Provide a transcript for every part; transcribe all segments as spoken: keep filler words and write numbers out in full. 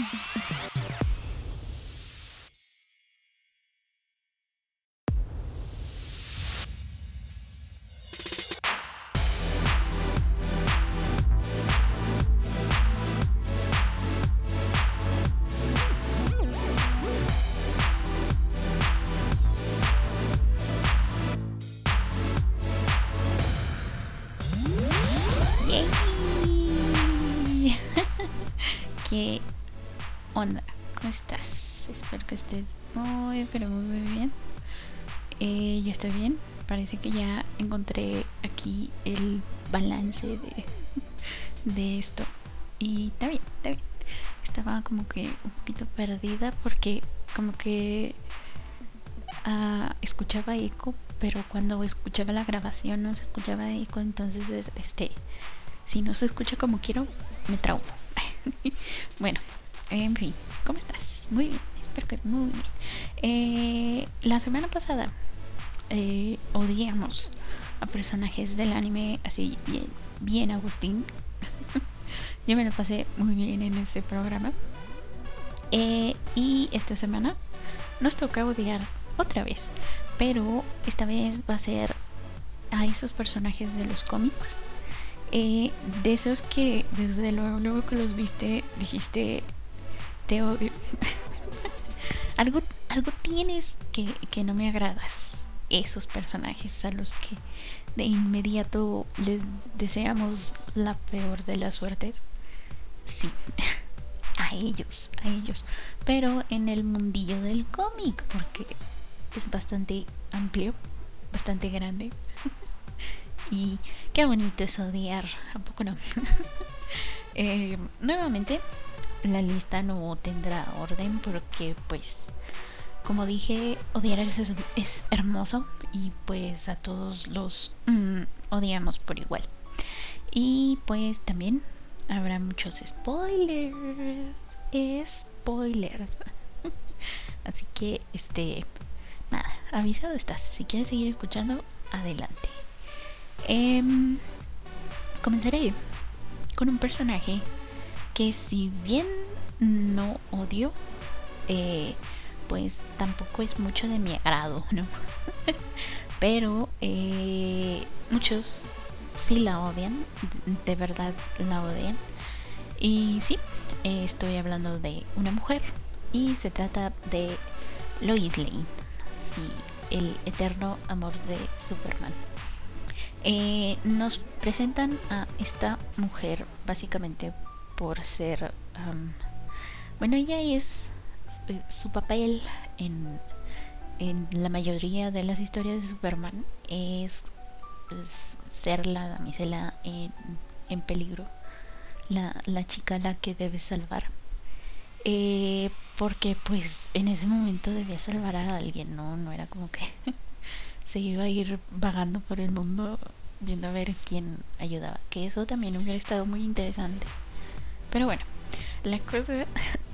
¿Qué onda? ¿Cómo estás? Espero que estés muy, pero muy, muy bien. Eh, yo estoy bien. Parece que ya encontré aquí el balance de, de esto. Y está bien, está bien. Estaba como que un poquito perdida porque como que uh, escuchaba eco, pero cuando escuchaba la grabación no se escuchaba eco. Entonces, este, si no se escucha como quiero, me traumo. Bueno, en fin, ¿cómo estás? Muy bien, espero que muy bien. Eh, la semana pasada eh, odiamos a personajes del anime así bien, bien Agustín. Yo me lo pasé muy bien en ese programa. Eh, y esta semana nos toca odiar otra vez, pero esta vez va a ser a esos personajes de los cómics. Eh, de esos que desde luego, luego que los viste dijiste te odio. algo, algo tienes que, que no me agradas. Esos personajes a los que de inmediato les deseamos la peor de las suertes. Sí, a ellos, a ellos. Pero en el mundillo del cómic, porque es bastante amplio, bastante grande. Y qué bonito es odiar, ¿a poco no? eh, nuevamente, la lista no tendrá orden porque, pues, como dije, odiar es, es hermoso y pues a todos los mm, odiamos por igual. Y pues también habrá muchos spoilers. Spoilers. Así que, este, nada, avisado estás. Si quieres seguir escuchando, adelante. Eh, comenzaré con un personaje que si bien no odio, eh, pues tampoco es mucho de mi agrado, ¿no? Pero eh, muchos sí la odian, de verdad la odian. Y sí, eh, estoy hablando de una mujer y se trata de Lois Lane, sí, el eterno amor de Superman. Eh, nos presentan a esta mujer básicamente por ser um, bueno, ella es eh, su papel en, en la mayoría de las historias de Superman es, es ser la damisela en, en peligro, la, la chica a la que debe salvar, eh, porque pues en ese momento debía salvar a alguien, no, no era como que se iba a ir vagando por el mundo viendo a ver quién ayudaba, que eso también hubiera estado muy interesante. Pero bueno, la cosa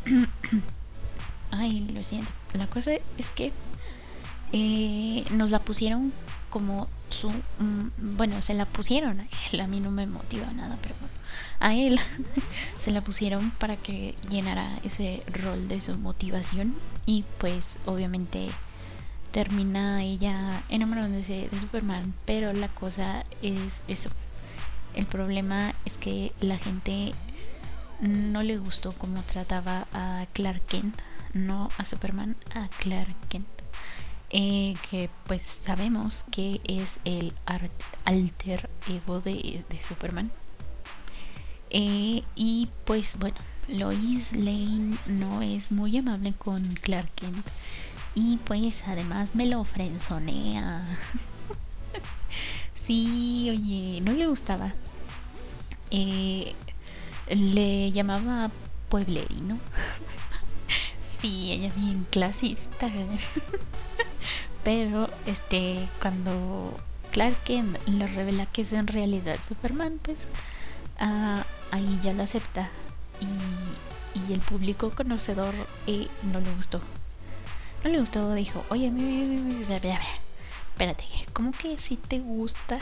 ay, lo siento, la cosa es que eh, nos la pusieron como su mm, bueno, se la pusieron a él, a mí no me motiva nada, pero bueno, a él se la pusieron para que llenara ese rol de su motivación y pues obviamente termina ella enamorándose de Superman, pero la cosa es eso. El problema es que la gente no le gustó cómo trataba a Clark Kent, no a Superman, a Clark Kent. Eh, que pues sabemos que es el art- alter ego de, de Superman. Eh, y pues bueno, Lois Lane no es muy amable con Clark Kent. Y pues además me lo frenzonea. Sí, oye, no le gustaba. Eh, le llamaba pueblerino. Sí, ella bien clasista. Pero este, cuando Clark Kent le revela que es en realidad Superman, pues uh, ahí ya lo acepta. Y, y el público conocedor eh, no le gustó. No le gustó, dijo, oye, espérate, ¿cómo que sí te gusta?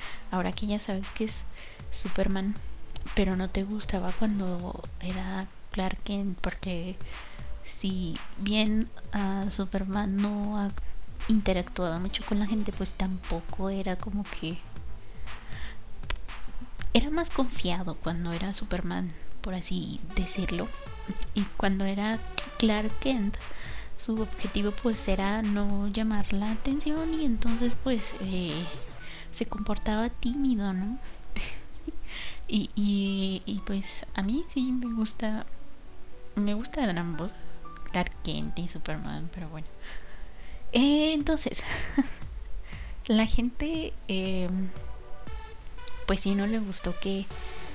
Ahora que ya sabes que es Superman, pero no te gustaba cuando era Clark Kent, porque si bien uh, Superman no ha interactuaba mucho con la gente, pues tampoco era como que era más confiado cuando era Superman, por así decirlo, y cuando era Clark Kent su objetivo pues era no llamar la atención, y entonces pues eh, se comportaba tímido, ¿no? y, y, y pues a mí sí me gusta me gustan ambos, Clark Kent y Superman, pero bueno. Eh, entonces, la gente, eh, pues sí, no le gustó que,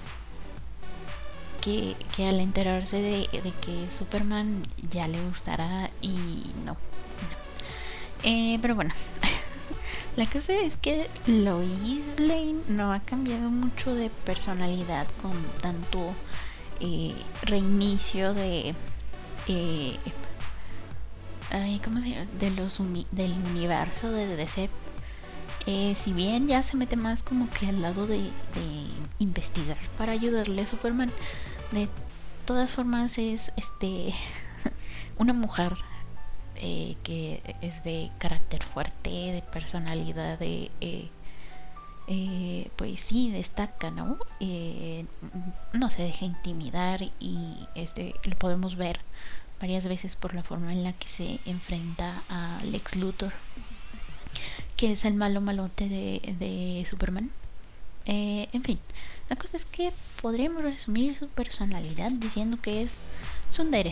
que, que al enterarse de, de que Superman ya le gustara, y no. no. Eh, pero bueno, la cosa es que Lois Lane no ha cambiado mucho de personalidad con tanto eh, reinicio de... Eh, ay, ¿cómo se llama? De los uni- del universo de D C. Eh, si bien ya se mete más como que al lado de, de investigar para ayudarle a Superman, de todas formas es este una mujer eh, que es de carácter fuerte, de personalidad, de eh, eh, pues sí destaca, ¿no? Eh, no se deja intimidar, y este lo podemos ver varias veces por la forma en la que se enfrenta a Lex Luthor, que es el malo malote de, de Superman. Eh, en fin, la cosa es que podríamos resumir su personalidad diciendo que es tsundere.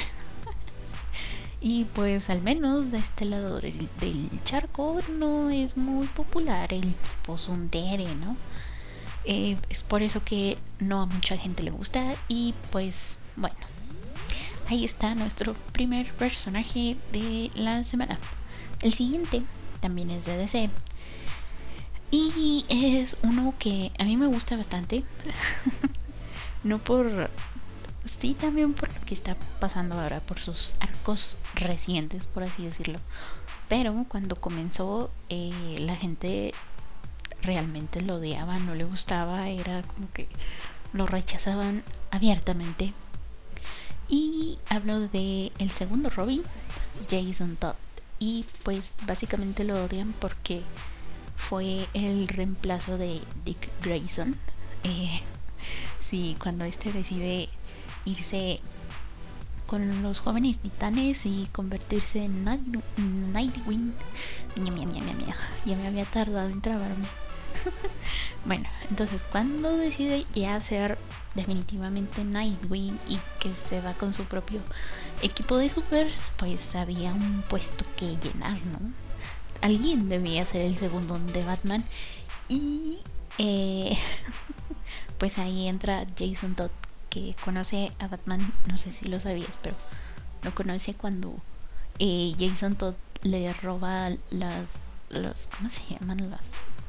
Y pues al menos de este lado del, del charco no es muy popular el tipo tsundere, ¿no? Eh, es por eso que no a mucha gente le gusta, y pues bueno, ahí está nuestro primer personaje de la semana. El siguiente también es de D C, y es uno que a mí me gusta bastante. No por... Sí, también por lo que está pasando ahora, por sus arcos recientes, por así decirlo. Pero cuando comenzó, eh, la gente realmente lo odiaba, no le gustaba, era como que lo rechazaban abiertamente. Y hablo de el segundo Robin, Jason Todd. Y pues básicamente lo odian porque fue el reemplazo de Dick Grayson. Eh, sí, cuando este decide irse con los jóvenes titanes y convertirse en Night, Nightwing. Mia, mia, mia, mia. Ya me había tardado en trabarme. Bueno, entonces cuando decide ya ser definitivamente Nightwing y que se va con su propio equipo de supers, pues había un puesto que llenar, ¿no? Alguien debía ser el segundo de Batman, y eh, pues ahí entra Jason Todd, que conoce a Batman, no sé si lo sabías, pero lo conoce cuando eh, Jason Todd le roba las, las ¿cómo se llaman? Las,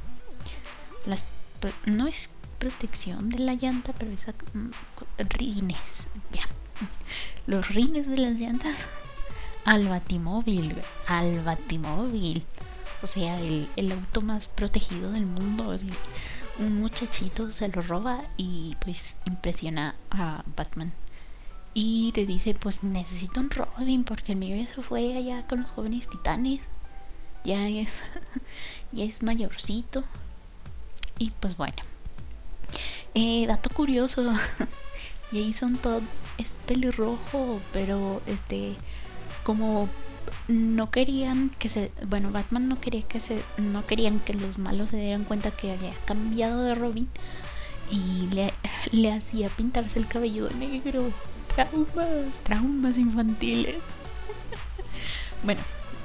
las no es protección de la llanta, pero esa rines, ya, los rines de las llantas al Batimóvil, al Batimóvil, o sea, el, el auto más protegido del mundo. Así, un muchachito se lo roba y pues impresiona a Batman y le dice, pues necesito un Robin porque el mío ya se fue allá con los jóvenes titanes, ya es ya es mayorcito. Y pues bueno, eh, dato curioso, Jason Todd es pelirrojo, pero este como no querían que se, bueno, Batman no quería que se, no querían que los malos se dieran cuenta que había cambiado de Robin, y le, le hacía pintarse el cabello de negro. Traumas, traumas infantiles. Bueno,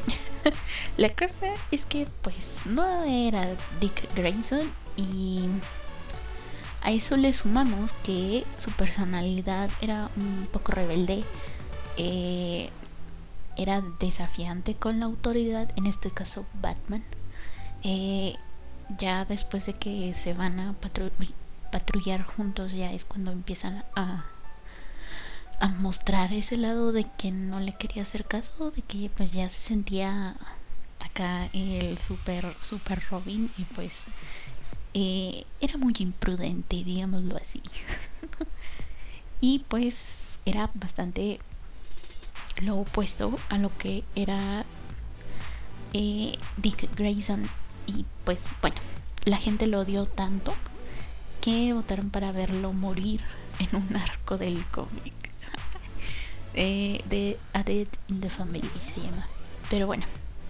la cosa es que pues no era Dick Grayson, y a eso le sumamos que su personalidad era un poco rebelde, eh, era desafiante con la autoridad, en este caso Batman. Eh, ya después de que se van a patru- patrullar juntos, ya es cuando empiezan a, a mostrar ese lado de que no le quería hacer caso, de que pues ya se sentía acá el super, super Robin, y pues eh, era muy imprudente, digámoslo así. Y pues era bastante lo opuesto a lo que era eh, Dick Grayson. Y pues bueno, la gente lo odió tanto que votaron para verlo morir en un arco del cómic. eh, de A Death in the Family se llama. Pero bueno,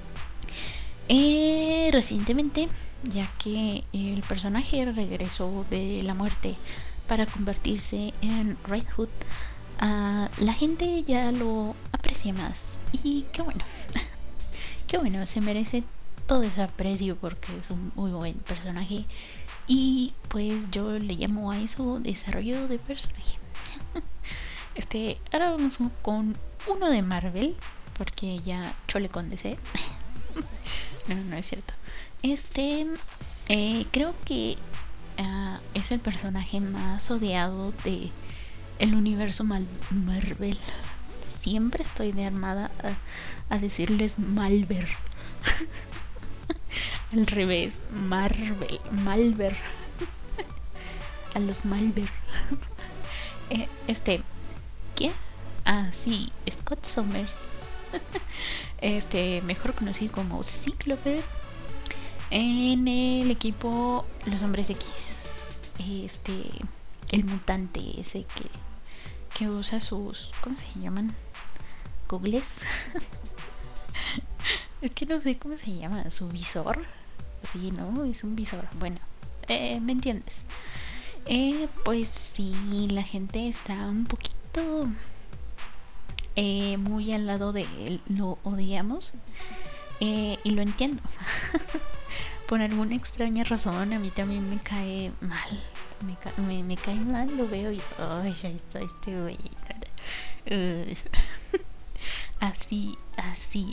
eh, recientemente, ya que el personaje regresó de la muerte para convertirse en Red Hood, uh, la gente ya lo aprecia más. Y qué bueno, qué bueno, se merece todo ese aprecio porque es un muy buen personaje. Y pues yo le llamo a eso desarrollo de personaje. Este, ahora vamos con uno de Marvel, porque ya chole con D C. No, no es cierto. Este, eh, creo que uh, es el personaje más odiado de el universo mal- Marvel. Siempre estoy de armada a, a decirles Malver. Al revés, Marvel, Malver. A los Malver. eh, este, ¿quién? Ah, sí, Scott Summers. Este, mejor conocido como Cíclope en el equipo Los Hombres X. Este, el mutante ese que, que usa sus, ¿cómo se llaman? Googles. Es que no sé cómo se llama, su visor. Sí, ¿no? Es un visor. Bueno, eh, ¿me entiendes? Eh, pues sí, la gente está un poquito eh, muy al lado de él. Lo odiamos. Eh, y lo entiendo. Por alguna extraña razón, a mí también me cae mal. Me, ca me, me cae mal, lo veo y. ¡Ay, ya está este güey! Uh, así, así.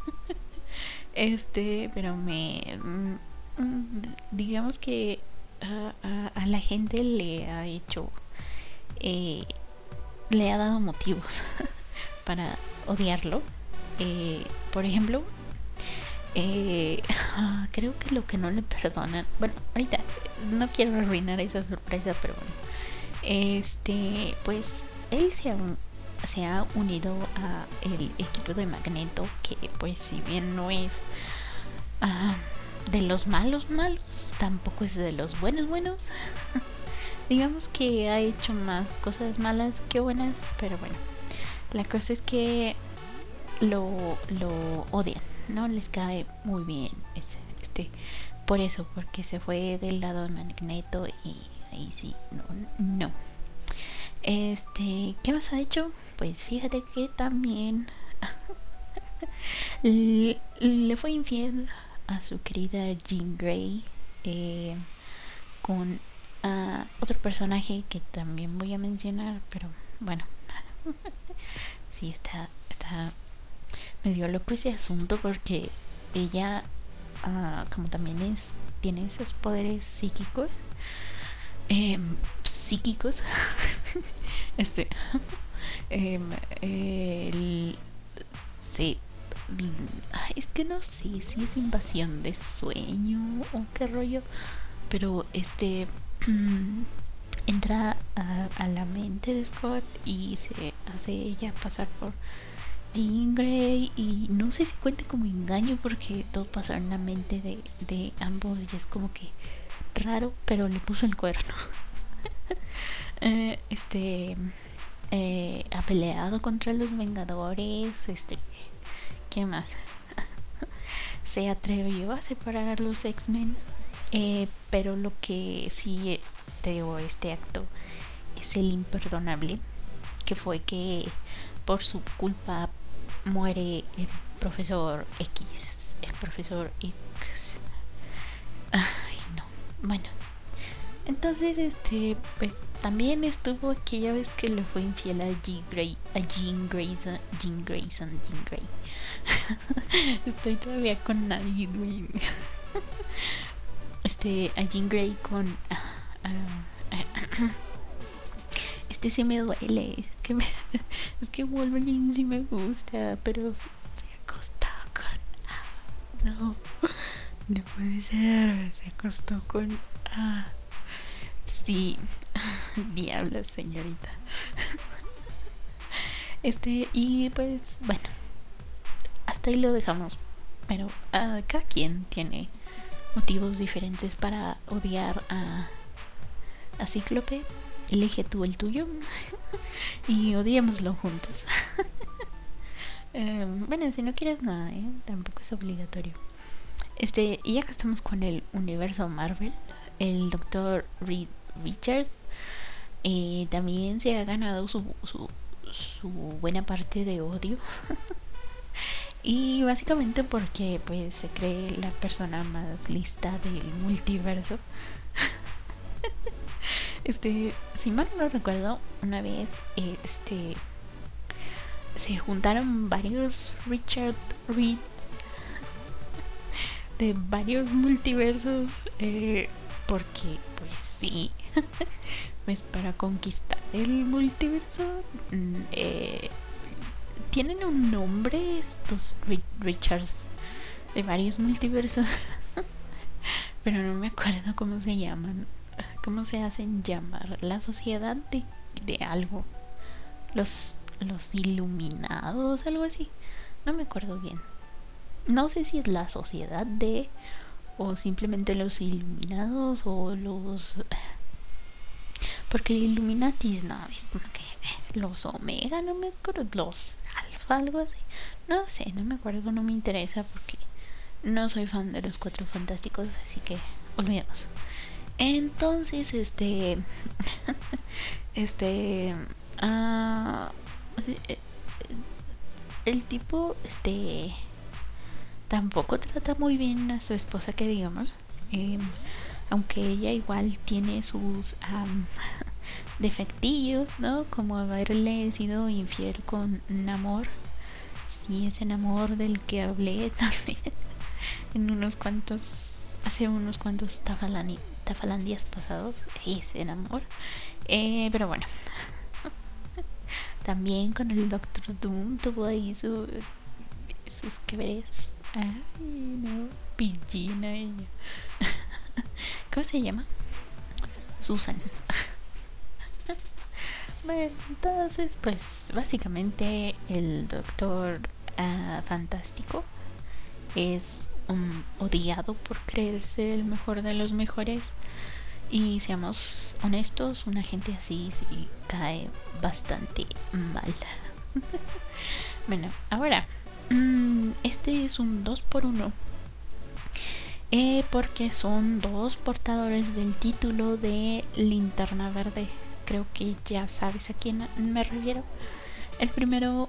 Este, pero me. Mm, digamos que a, a, a la gente le ha hecho. Eh, le ha dado motivos para odiarlo. Eh, por ejemplo, eh, creo que lo que no le perdonan. Bueno, ahorita no quiero arruinar esa sorpresa, pero bueno. Este, pues él se ha, se ha unido a el equipo de Magneto, que pues si bien no es uh, de los malos malos, tampoco es de los buenos buenos. Digamos que ha hecho más cosas malas que buenas, pero bueno, la cosa es que lo, lo odian, no les cae muy bien este, este por eso, porque se fue del lado de Magneto y ahí sí, no, no. Este, ¿qué más ha hecho? Pues fíjate que también le, le fue infiel a su querida Jean Grey eh, con uh, otro personaje que también voy a mencionar, pero bueno, sí está, está medio loco ese asunto porque ella, uh, como también es, tiene esos poderes psíquicos, eh, psíquicos, este, eh, el, sí, es que no sé si es invasión de sueño o qué rollo, pero este entra a, a la mente de Scott y se hace ella pasar por Jean Grey, y no sé si cuenta como engaño porque todo pasa en la mente de, de ambos y es como que raro, pero le puso el cuerno. eh, este eh, ha peleado contra los Vengadores. Este, ¿qué más? Se atrevió a separar a los X-Men, eh, pero lo que sí te digo, este acto es el imperdonable, que fue que por su culpa muere el profesor X, el profesor X. Ay, no. Bueno, entonces este, pues también estuvo aquella vez que le fue infiel a Jean Grey, a Jean Grayson, Jean Grayson, Jean Grey. Estoy todavía con nadie, güey. Este, a Jean Grey con uh, uh, uh, este sí me duele, es que me, es que Wolverine sí me gusta, pero se acostó con uh, no, no puede ser, se acostó con ah, sí, diablo, señorita. Este, y pues bueno, hasta ahí lo dejamos. Pero uh, cada quien tiene motivos diferentes para odiar a, a Cíclope. Elige tú el tuyo y odiémoslo juntos. um, bueno, si no quieres nada, ¿eh? Tampoco es obligatorio. Este, y ya que estamos con el universo Marvel, el doctor Reed Richards eh, también se ha ganado su, su, su buena parte de odio. Y básicamente porque pues se cree la persona más lista del multiverso. Este, si mal no recuerdo, una vez este se juntaron varios Richard Reed de varios multiversos eh, porque pues sí, pues para conquistar el multiverso eh, tienen un nombre estos Richards de varios multiversos. Pero no me acuerdo cómo se llaman, cómo se hacen llamar. La sociedad de, de algo, los los iluminados, algo así, no me acuerdo bien. No sé si es la sociedad de, o simplemente los iluminados, o los, porque Illuminatis no, es como que los Omega, no me acuerdo, los Alfa, algo así, no sé, no me acuerdo, no me interesa porque no soy fan de los Cuatro Fantásticos, así que olvidemos. Entonces, este, este, uh, el tipo, este, tampoco trata muy bien a su esposa, que digamos, eh, aunque ella igual tiene sus um, defectillos, ¿no? Como haberle sido infiel con Namor. Sí, ese Namor del que hablé también en unos cuantos, hace unos cuantos tafalani, tafalandias pasados, ese Namor. Eh, pero bueno, también con el Doctor Doom tuvo ahí su, sus que veres. Ay, no, pillina ella. ¿Cómo se llama? Susan. Bueno, entonces, pues básicamente el Doctor uh, Fantástico es um, odiado por creerse el mejor de los mejores. Y seamos honestos, una gente así sí cae bastante mal. Bueno, ahora, mmm, este es un dos por uno. Eh, porque son dos portadores del título de Linterna Verde. Creo que ya sabes a quién me refiero. El primero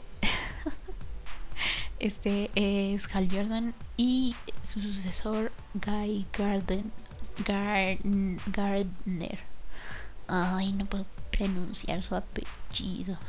este es Hal Jordan y su sucesor Guy Garden, Garn, Gardner. Ay, no puedo pronunciar su apellido.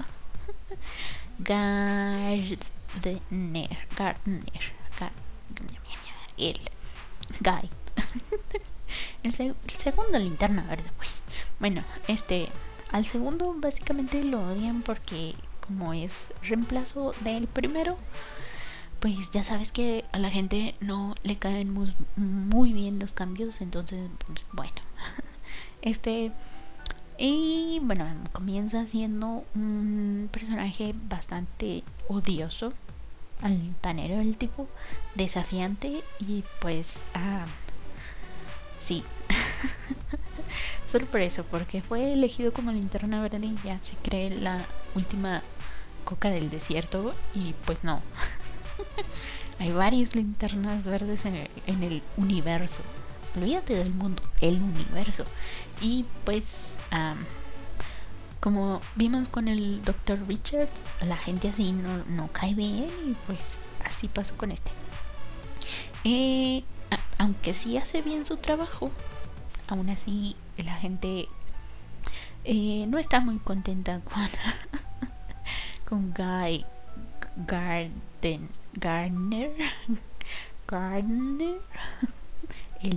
Gardner, Gardner, Gardner, él, Guy. el, seg- el segundo Linterna Verde, pues. Bueno, este, al segundo básicamente lo odian porque como es reemplazo del primero, pues ya sabes que a la gente no le caen muy, muy bien los cambios, entonces, pues, bueno, este, y bueno, comienza siendo un personaje bastante odioso, altanero el tipo, desafiante y pues, ah, sí. Solo por eso, porque fue elegido como Linterna Verde y ya se cree la última coca del desierto y pues no. Hay varios linternas verdes en el, en el universo. Olvídate del mundo, el universo. Y pues, um, como vimos con el doctor Richards, la gente así no, no cae bien y pues así pasó con este. Eh, a, aunque sí hace bien su trabajo, aún así la gente eh, no está muy contenta con, con Guy Garden, Gardner, Gardner, él.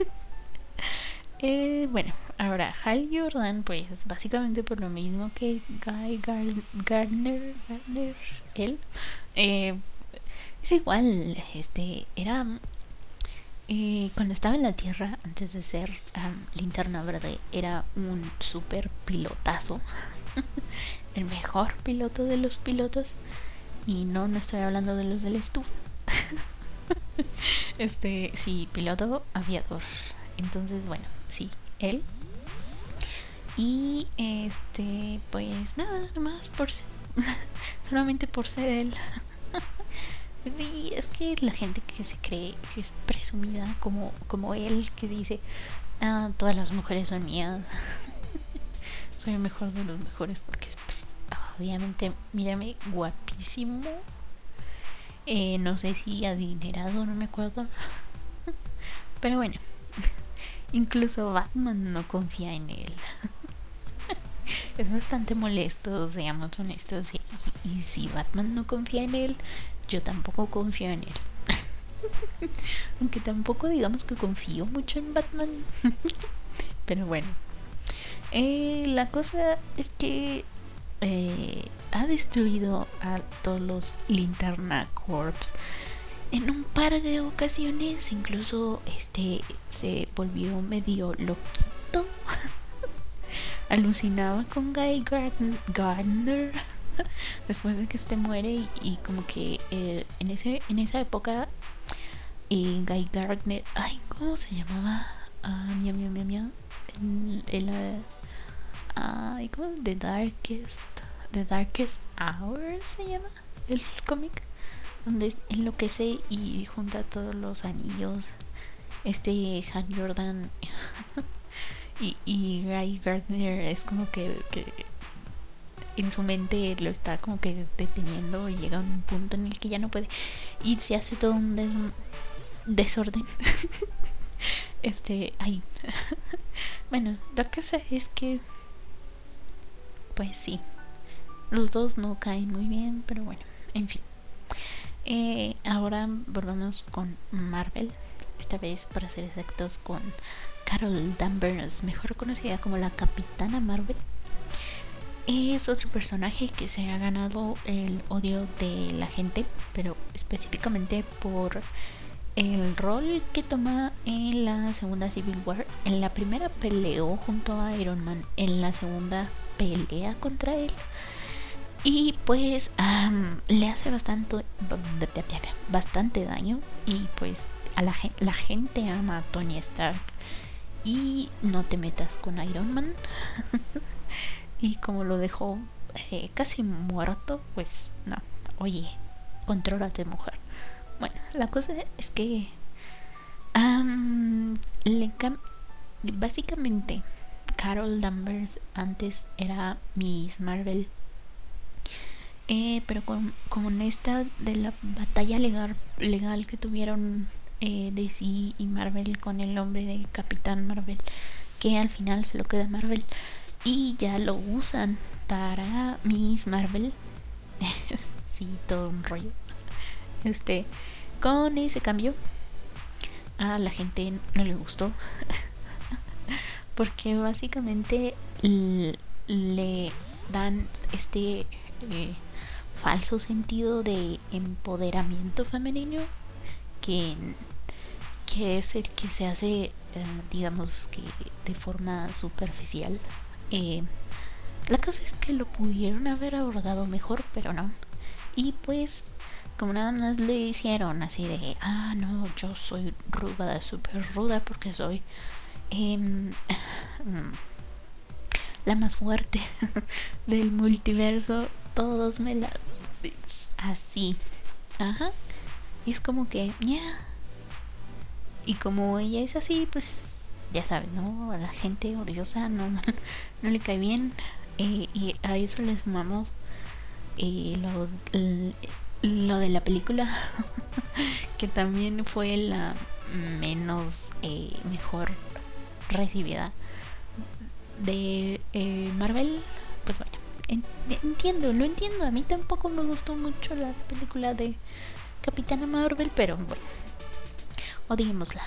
eh, bueno, ahora Hal Jordan, pues básicamente por lo mismo que Guy Gard Gardner, Gardner, él, eh, es igual, este, era Eh, cuando estaba en la Tierra, antes de ser um, Linterna Verde, era un super pilotazo. el mejor piloto de los pilotos. Y no, no estoy hablando de los de la estufa. Este, sí, piloto aviador. Entonces, bueno, sí, él. Y este, pues nada, nomás por ser, solamente por ser él. Sí, es que la gente que se cree que es presumida como, como él, que dice, ah, todas las mujeres son mías. Soy el mejor de los mejores porque, pues, obviamente, mírame, guapísimo. Eh, no sé si adinerado, no me acuerdo. Pero bueno, incluso Batman no confía en él. Es bastante molesto, seamos honestos. Y, y si Batman no confía en él, yo tampoco confío en él. Aunque tampoco digamos que confío mucho en Batman. Pero bueno. Eh, la cosa es que eh, ha destruido a todos los Linterna Corps en un par de ocasiones. Incluso este se volvió medio loquito. Alucinaba con Guy Gardner después de que este muere y, y como que eh, en ese en esa época eh, Guy Gardner, ay, ¿cómo se llamaba? Uh, miau, miau, miau, miau. El, el uh, ay, ¿cómo? The Darkest The Darkest Hour se llama el cómic, donde enloquece y junta todos los anillos. Este Han Jordan y, y Guy Gardner es como que, que en su mente lo está como que deteniendo y llega a un punto en el que ya no puede y se hace todo un des desorden. Este, ay. Bueno, lo que sé es que pues sí, los dos no caen muy bien, pero bueno, en fin. Eh, ahora volvamos con Marvel, esta vez para ser exactos con Carol Danvers, mejor conocida como la Capitana Marvel. Es otro personaje que se ha ganado el odio de la gente, pero específicamente por el rol que toma en la segunda Civil War. En la primera peleó junto a Iron Man, en la segunda pelea contra él y pues um, le hace bastante bastante daño y pues a la, la gente ama a Tony Stark y no te metas con Iron Man. Y como lo dejó eh, casi muerto, pues no, oye, contrólate, mujer. Bueno, la cosa es que um, le cam básicamente Carol Danvers antes era Miss Marvel, eh, pero con, con esta de la batalla legal, legal que tuvieron eh, D C y Marvel con el nombre de Capitán Marvel, que al final se lo queda Marvel y ya lo usan para Miss Marvel. Sí, todo un rollo. Este, con ese cambio a la gente no le gustó. Porque básicamente le dan este eh, falso sentido de empoderamiento femenino que, que es el que se hace, eh, digamos que de forma superficial. Eh, la cosa es que lo pudieron haber abordado mejor, pero no. Y pues, como nada más le hicieron así de, ah, no, yo soy ruda, súper ruda porque soy eh, la más fuerte del multiverso, todos me la... así. Ajá. Y es como que, ya. Yeah. Y como ella es así, pues, ya sabes, ¿no? A la gente odiosa no, no le cae bien. Eh, y a eso le sumamos eh, lo, lo de la película, que también fue la menos eh, mejor recibida de eh, Marvel. Pues bueno, en, entiendo, lo entiendo. A mí tampoco me gustó mucho la película de Capitana Marvel, pero bueno, odiémosla.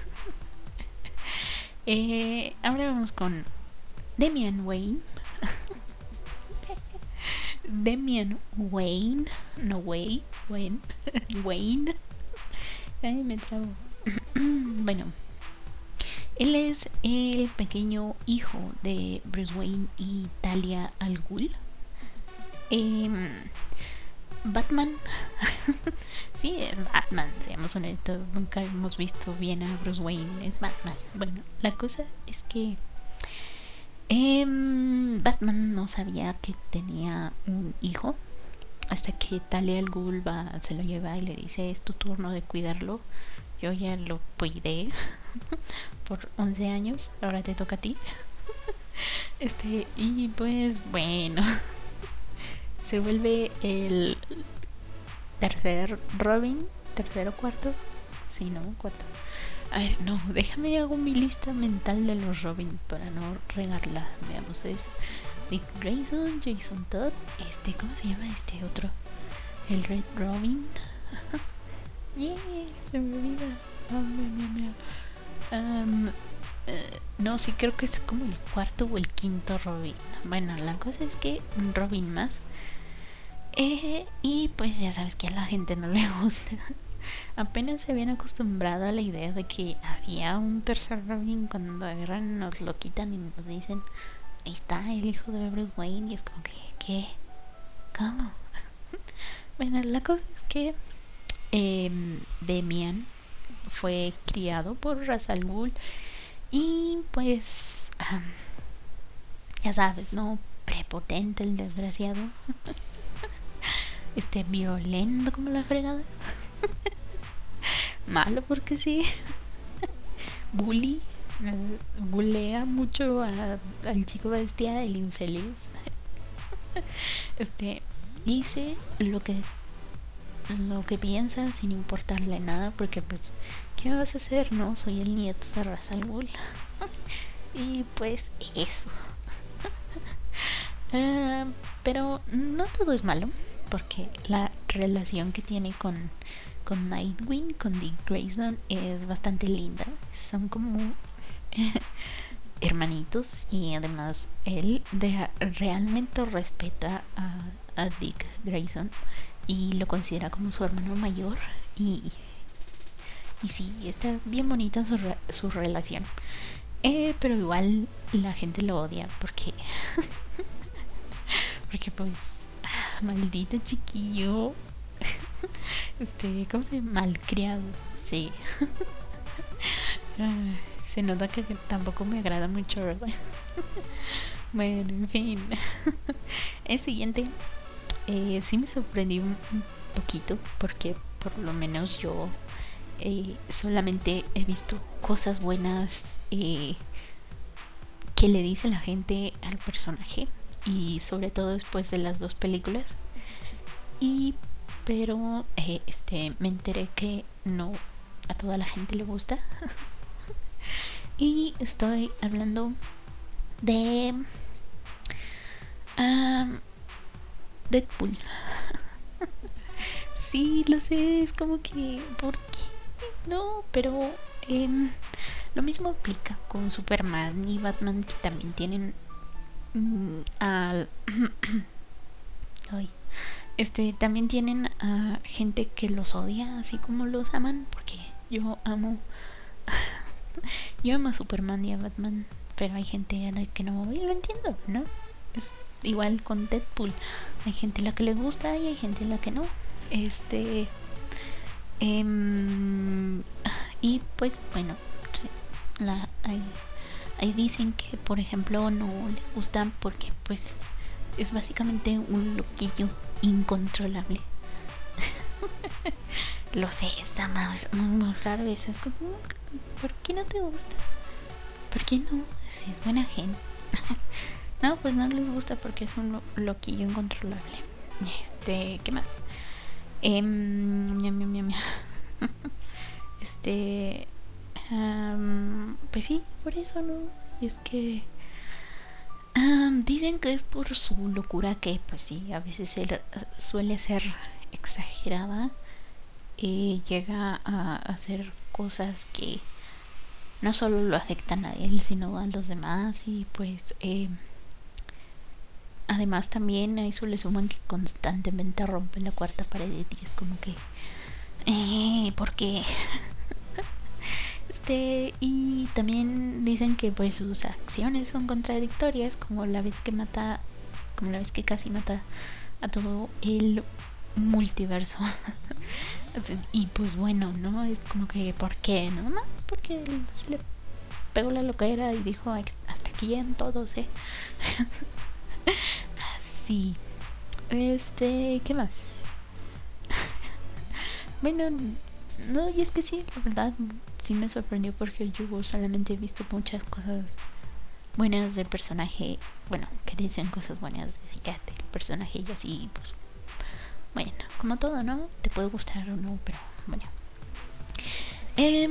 eh, ahora vamos con Damian Wayne. Damian Wayne, no Way, Wayne, Wayne. Ay, me trabo. Bueno, él es el pequeño hijo de Bruce Wayne y Talia al Ghul. Em, Batman. Sí, es Batman, seamos honestos. Nunca hemos visto bien a Bruce Wayne. Es Batman. Bueno, la cosa es que em, Batman no sabía que tenía un hijo hasta que Talia al Ghul va, se lo lleva y le dice: es tu turno de cuidarlo. Yo ya lo cuidé por once años, ahora te toca a ti. Este, y pues bueno, se vuelve el tercer Robin, tercero, cuarto. Sí, no, cuarto. A ver, no, déjame hago mi lista mental de los Robin para no regarla. Veamos, es Dick Grayson, Jason Todd, este, ¿cómo se llama este otro? El Red Robin. Yeah, se me olvida. Oh, me, me, me. Um, uh, no, sí, creo que es como el cuarto o el quinto Robin. Bueno, la cosa es que un Robin más. Eh, y pues ya sabes que a la gente no le gusta. Apenas se habían acostumbrado a la idea de que había un tercer Robin. Cuando agarran, nos lo quitan y nos dicen: ahí está el hijo de Bruce Wayne. Y es como que, ¿qué? ¿Cómo? Bueno, la cosa es que eh, Damian fue criado por Ra's al Ghul. Y pues, um, ya sabes, ¿no? Prepotente el desgraciado. Este, violento como la fregada. Malo porque sí. Bully. Bulea mucho a, al chico bestia, el infeliz. Este, dice lo que lo que piensa sin importarle nada, porque pues, ¿qué me vas a hacer? No, soy el nieto de Ra's al Ghul. Y pues eso. uh, pero no todo es malo, porque la relación que tiene con con Nightwing, con Dick Grayson, es bastante linda. Son como hermanitos, y además él de, realmente respeta a, a Dick Grayson y lo considera como su hermano mayor. Y, y sí, está bien bonita su, re, su relación. Eh, pero igual la gente lo odia porque porque pues ah, maldito chiquillo. Este, ¿cómo se llama? Malcriado, sí. Se nota que tampoco me agrada mucho, ¿verdad? Bueno, en fin. El siguiente eh, sí me sorprendió un poquito, porque por lo menos yo eh, solamente he visto cosas buenas eh, que le dice la gente al personaje, y sobre todo después de las dos películas. Y pero eh, este me enteré que no a toda la gente le gusta. Y estoy hablando de um, Deadpool. Sí, lo sé, es como que ¿por qué? No, pero eh, lo mismo aplica con Superman y Batman, que también tienen mm, al ay, este también tienen a gente que los odia así como los aman, porque yo amo yo amo a Superman y a Batman, pero hay gente a la que no, y lo entiendo, ¿no? Es igual con Deadpool, hay gente a la que le gusta y hay gente a la que no. Este eh, y pues bueno, la, hay, hay dicen que por ejemplo no les gustan porque pues es básicamente un loquillo incontrolable. Lo sé, está más, muy raro eso. Es como, ¿por qué no te gusta? ¿Por qué no? Si es buena gente. No, pues no les gusta porque es un lo- loquillo incontrolable. Este, ¿qué más? Eh, miam, miam, miam, miam. Este, um, pues sí, por eso no. Y es que um, dicen que es por su locura, que pues sí, a veces él suele ser exagerada. Y llega a hacer cosas que no solo lo afectan a él, sino a los demás. Y pues eh, además también a eso le suman que constantemente rompe la cuarta pared, y es como que eh, ¿por qué? Este, y también dicen que pues sus acciones son contradictorias, como la vez que mata como la vez que casi mata a todo el multiverso. Y pues bueno, ¿no? Es como que, ¿por qué? No más porque se le pegó la loquera y dijo, hasta aquí en todos, ¿eh? Así. Este, ¿qué más? Bueno, no, y es que sí, la verdad, sí me sorprendió porque yo solamente he visto muchas cosas buenas del personaje. Bueno, que dicen cosas buenas de, ya, del personaje y así, pues. Bueno, como todo, ¿no? Te puede gustar o no, pero bueno. Eh,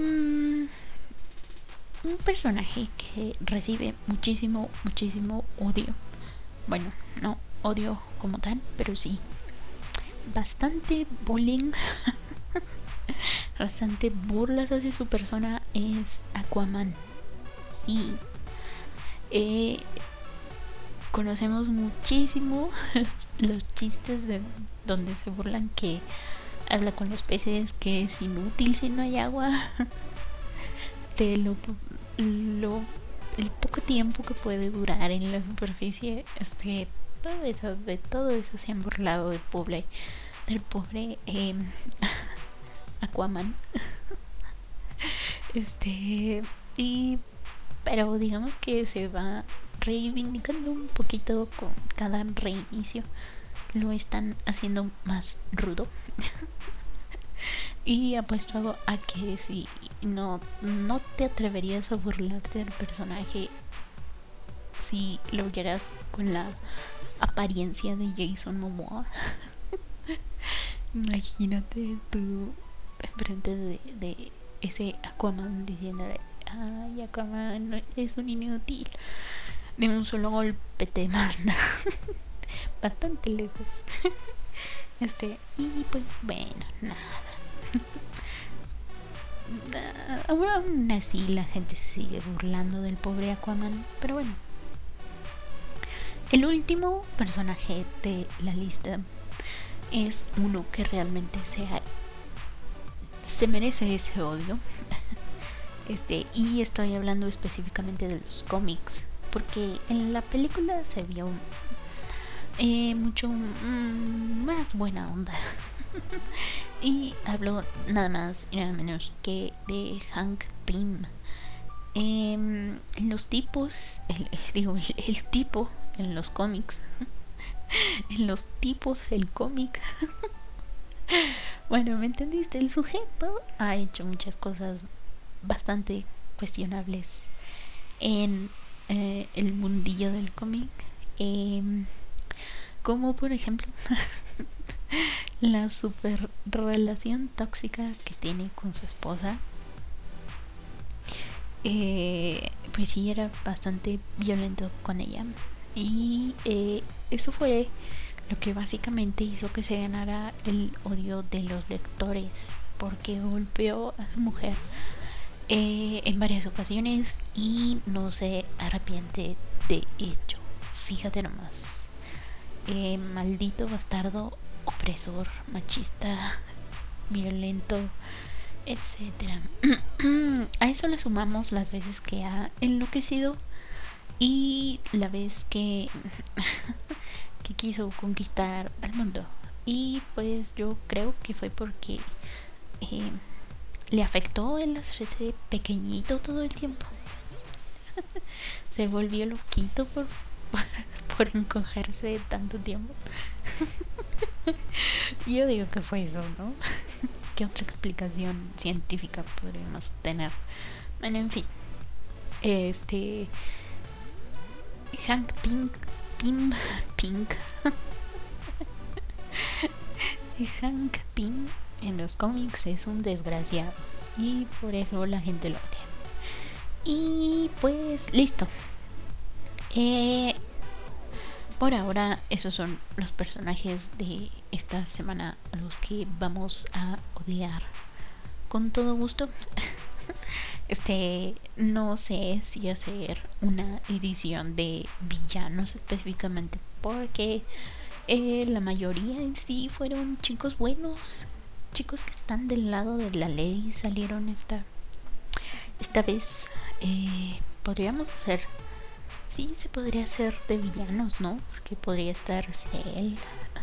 un personaje que recibe muchísimo, muchísimo odio. Bueno, no odio como tal, pero sí bastante bullying, bastante burlas hacia su persona es Aquaman. Sí, eh, conocemos muchísimo los, los chistes de donde se burlan que habla con los peces, que es inútil si no hay agua, de lo, lo el poco tiempo que puede durar en la superficie. Este, todo eso, de todo eso se han burlado del pobre, del pobre eh, Aquaman. Este, y pero digamos que se va reivindicando un poquito con cada reinicio. Lo están haciendo más rudo. Y apuesto a que si no, no te atreverías a burlarte del personaje si lo vieras con la apariencia de Jason Momoa. Imagínate tú enfrente de, de ese Aquaman diciéndole, ay, Aquaman, no, es un inútil. De un solo golpe te manda bastante lejos. Este, y pues bueno, nada. Aún así la gente se sigue burlando del pobre Aquaman, pero bueno. El último personaje de la lista es uno que realmente se, se merece ese odio. Este, y estoy hablando específicamente de los cómics, porque en la película se vio eh, mucho mm, más buena onda. Y hablo nada más y nada menos que de Hank Pym. Eh, los tipos, el, digo, el, el tipo en los cómics, en los tipos del cómic. Bueno, ¿me entendiste? El sujeto ha hecho muchas cosas bastante cuestionables en eh, el mundillo del cómic. Eh, como por ejemplo la super relación tóxica que tiene con su esposa. Eh, pues sí, era bastante violento con ella. Y eh, eso fue lo que básicamente hizo que se ganara el odio de los lectores, porque golpeó a su mujer eh, en varias ocasiones y no se arrepiente de ello. Fíjate nomás. Eh, maldito bastardo, opresor, machista, violento, etcétera. A eso le sumamos las veces que ha enloquecido y la vez que que quiso conquistar al mundo. Y pues yo creo que fue porque eh, le afectó el hacerse pequeñito todo el tiempo. Se volvió loquito por, por, por encogerse tanto tiempo. Yo digo que fue eso, ¿no? ¿Qué otra explicación científica podríamos tener? Bueno, en fin. Este... Hank Pink... Pim... Pink... Hank Pym en los cómics es un desgraciado y por eso la gente lo odia. Y pues listo. Eh, por ahora esos son los personajes de esta semana a los que vamos a odiar con todo gusto. Este, no sé si hacer una edición de villanos específicamente porque eh, la mayoría en sí fueron chicos buenos, chicos que están del lado de la ley, salieron esta esta vez. Eh, podríamos hacer Sí, se podría hacer de villanos, ¿no? Porque podría estar Cell,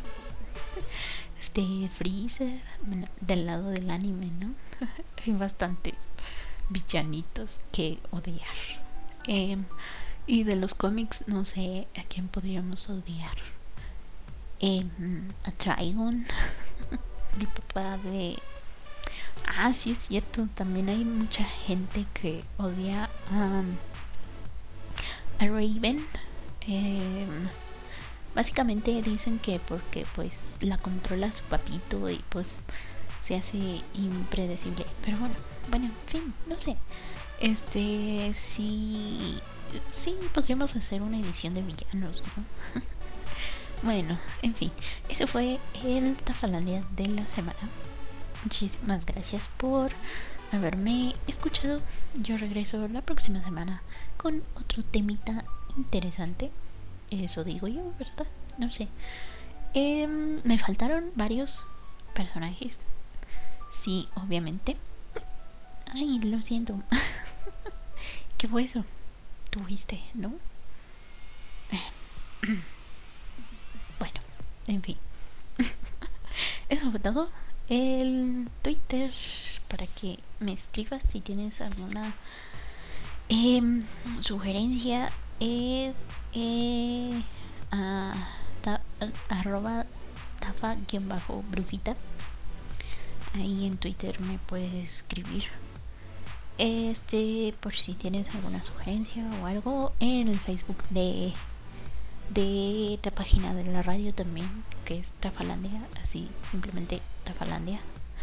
este Freezer, bueno, del lado del anime, ¿no? Hay bastantes villanitos que odiar. Eh, y de los cómics, no sé a quién podríamos odiar. Eh, a Trigon, el papá de... Ah, sí, es cierto. También hay mucha gente que odia a, a Raven. Eh, básicamente dicen que porque pues la controla su papito y pues se hace impredecible. Pero bueno, bueno, en fin, no sé. Este, sí, sí, podríamos hacer una edición de villanos, ¿no? Bueno, en fin, eso fue el Tafalandia de la semana. Muchísimas gracias por haberme escuchado. Yo regreso la próxima semana con otro temita interesante. Eso digo yo, ¿verdad? No sé. Eh, me faltaron varios personajes. Sí, obviamente. Ay, lo siento. ¿Qué fue eso? Tuviste, ¿no? Bueno, en fin. Eso fue todo. El Twitter para que me escribas si tienes alguna eh, sugerencia es eh, a, ta, a, arroba tafa guión bajo brujita. Ahí en Twitter me puedes escribir. Este, por si tienes alguna sugerencia o algo, en el Facebook de de la página de la radio también, que es Tafalandia, así simplemente Tafalandia.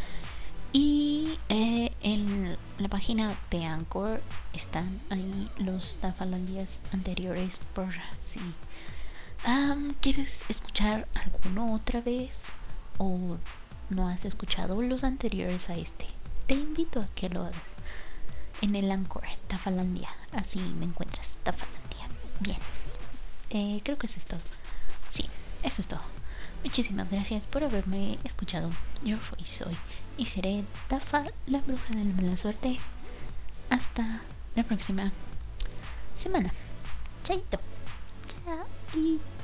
Y eh, en la página de Anchor están ahí los Tafalandias anteriores por si um, quieres escuchar alguno otra vez o no has escuchado los anteriores a este. Te invito a que lo hagas en el Anchor, Tafalandia. Así me encuentras, Tafalandia. Bien. Eh, creo que eso es todo. Sí, eso es todo. Muchísimas gracias por haberme escuchado. Yo fui, soy y seré Tafa, la bruja de la mala suerte. Hasta la próxima semana. Chaito. Chao.